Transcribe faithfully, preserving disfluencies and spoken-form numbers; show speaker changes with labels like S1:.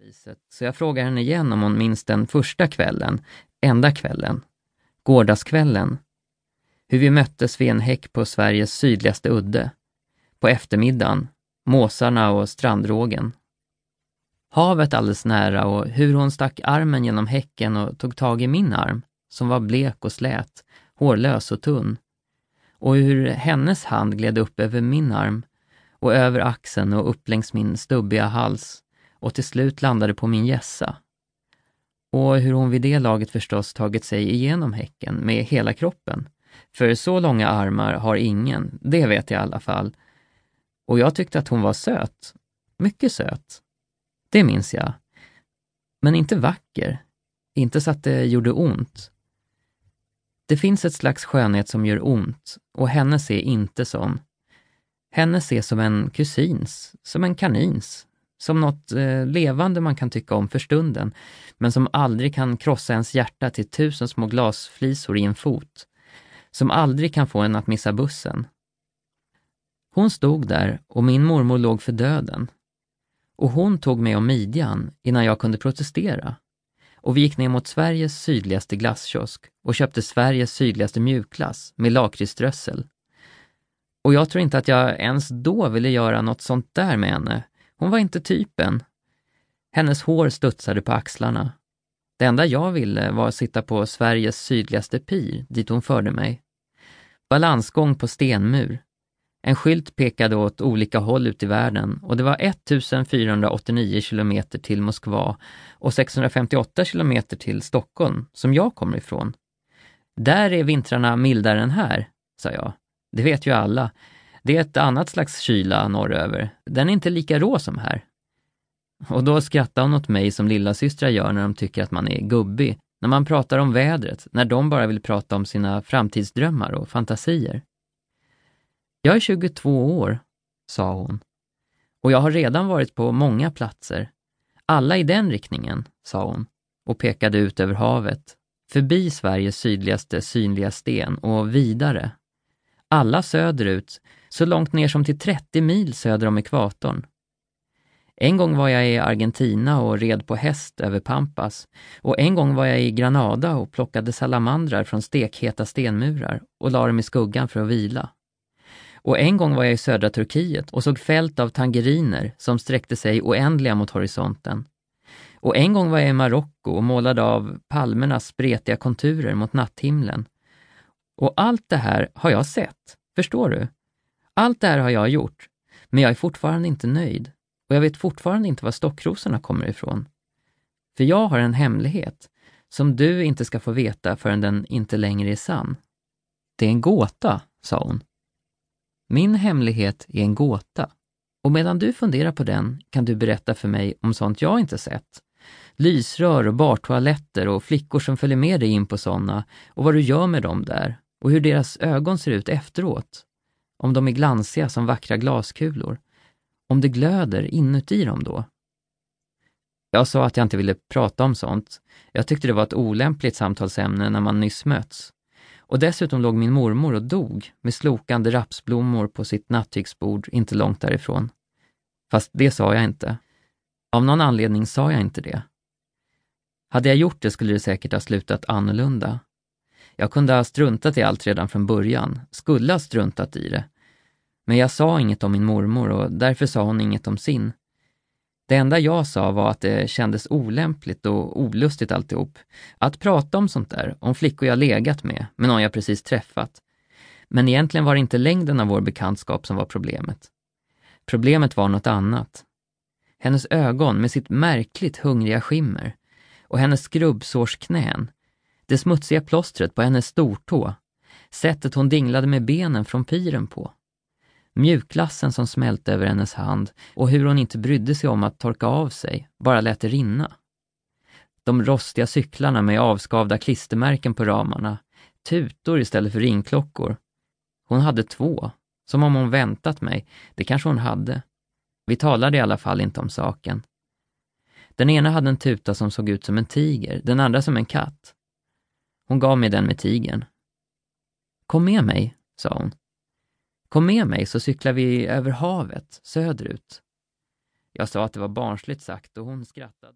S1: viset, så jag frågar henne igen om hon minns den första kvällen, enda kvällen, gårdagskvällen. Hur vi möttes vid en häck på Sveriges sydligaste udde. På eftermiddagen, måsarna och strandrågen. Havet alldeles nära och hur hon stack armen genom häcken och tog tag i min arm, som var blek och slät, hårlös och tunn. Och hur hennes hand gled upp över min arm och över axeln och upp längs min stubbiga hals och till slut landade på min gässa. Och hur hon vid det laget förstås tagit sig igenom häcken med hela kroppen. För så långa armar har ingen, det vet jag i alla fall. Och jag tyckte att hon var söt, mycket söt. Det minns jag. Men inte vacker, inte så att det gjorde ont. Det finns ett slags skönhet som gör ont och hennes är inte sån. Hennes är som en kusins, som en kanins, som något eh, levande man kan tycka om för stunden, men som aldrig kan krossa ens hjärta till tusen små glasflisor i en fot, som aldrig kan få en att missa bussen. Hon stod där och min mormor låg för döden. Och hon tog mig om midjan innan jag kunde protestera. Och vi gick ner mot Sveriges sydligaste glasskiosk och köpte Sveriges sydligaste mjukglass med lakritsströssel. Och jag tror inte att jag ens då ville göra något sånt där med henne. Hon var inte typen. Hennes hår studsade på axlarna. Det enda jag ville var att sitta på Sveriges sydligaste pir dit hon förde mig. Balansgång på stenmur. En skylt pekade åt olika håll ut i världen och det var ettusenfyrahundraåttionio kilometer till Moskva och sexhundrafemtioåtta kilometer till Stockholm som jag kommer ifrån. Där är vintrarna mildare än här, sa jag. Det vet ju alla. Det är ett annat slags kyla norröver. Den är inte lika rå som här. Och då skrattade hon åt mig som lilla systrar gör när de tycker att man är gubbig. När man pratar om vädret, när de bara vill prata om sina framtidsdrömmar och fantasier. Jag är tjugotvå år, sa hon. Och jag har redan varit på många platser. Alla i den riktningen, sa hon. Och pekade ut över havet. Förbi Sveriges sydligaste synliga sten och vidare. Alla söderut, så långt ner som till trettio mil söder om ekvatorn. En gång var jag i Argentina och red på häst över Pampas. Och en gång var jag i Granada och plockade salamandrar från stekheta stenmurar och la dem i skuggan för att vila. Och en gång var jag i södra Turkiet och såg fält av tangeriner som sträckte sig oändliga mot horisonten. Och en gång var jag i Marocko och målade av palmernas spretiga konturer mot natthimlen. Och allt det här har jag sett, förstår du? Allt det här har jag gjort, men jag är fortfarande inte nöjd. Och jag vet fortfarande inte var stockrosorna kommer ifrån. För jag har en hemlighet som du inte ska få veta förrän den inte längre är sann. Det är en gåta, sa hon. Min hemlighet är en gåta. Och medan du funderar på den kan du berätta för mig om sånt jag inte sett. Lysrör och bartoaletter och flickor som följer med dig in på såna och vad du gör med dem där och hur deras ögon ser ut efteråt. Om de är glansiga som vackra glaskulor. Om det glöder inuti dem då. Jag sa att jag inte ville prata om sånt. Jag tyckte det var ett olämpligt samtalsämne när man nyss möts. Och dessutom låg min mormor och dog med slokande rapsblommor på sitt nattygsbord inte långt därifrån. Fast det sa jag inte. Av någon anledning sa jag inte det. Hade jag gjort det skulle det säkert ha slutat annorlunda. Jag kunde ha struntat i allt redan från början. Skulle ha struntat i det. Men jag sa inget om min mormor och därför sa hon inget om sin. Det enda jag sa var att det kändes olämpligt och olustigt alltihop. Att prata om sånt där, om flickor jag legat med, med någon jag precis träffat. Men egentligen var det inte längden av vår bekantskap som var problemet. Problemet var något annat. Hennes ögon med sitt märkligt hungriga skimmer. Och hennes skrubbsårsknän. Det smutsiga plåstret på hennes stortå. Sättet hon dinglade med benen från piren på. Mjukglassen som smälte över hennes hand och hur hon inte brydde sig om att torka av sig, bara lät det rinna. De rostiga cyklarna med avskavda klistermärken på ramarna, tutor istället för ringklockor. Hon hade två, som om hon väntat mig, det kanske hon hade. Vi talade i alla fall inte om saken. Den ena hade en tuta som såg ut som en tiger, den andra som en katt. Hon gav mig den med tigern. Kom med mig, sa hon. Kom med mig så cyklar vi över havet, söderut. Jag sa att det var barnsligt sagt och hon skrattade.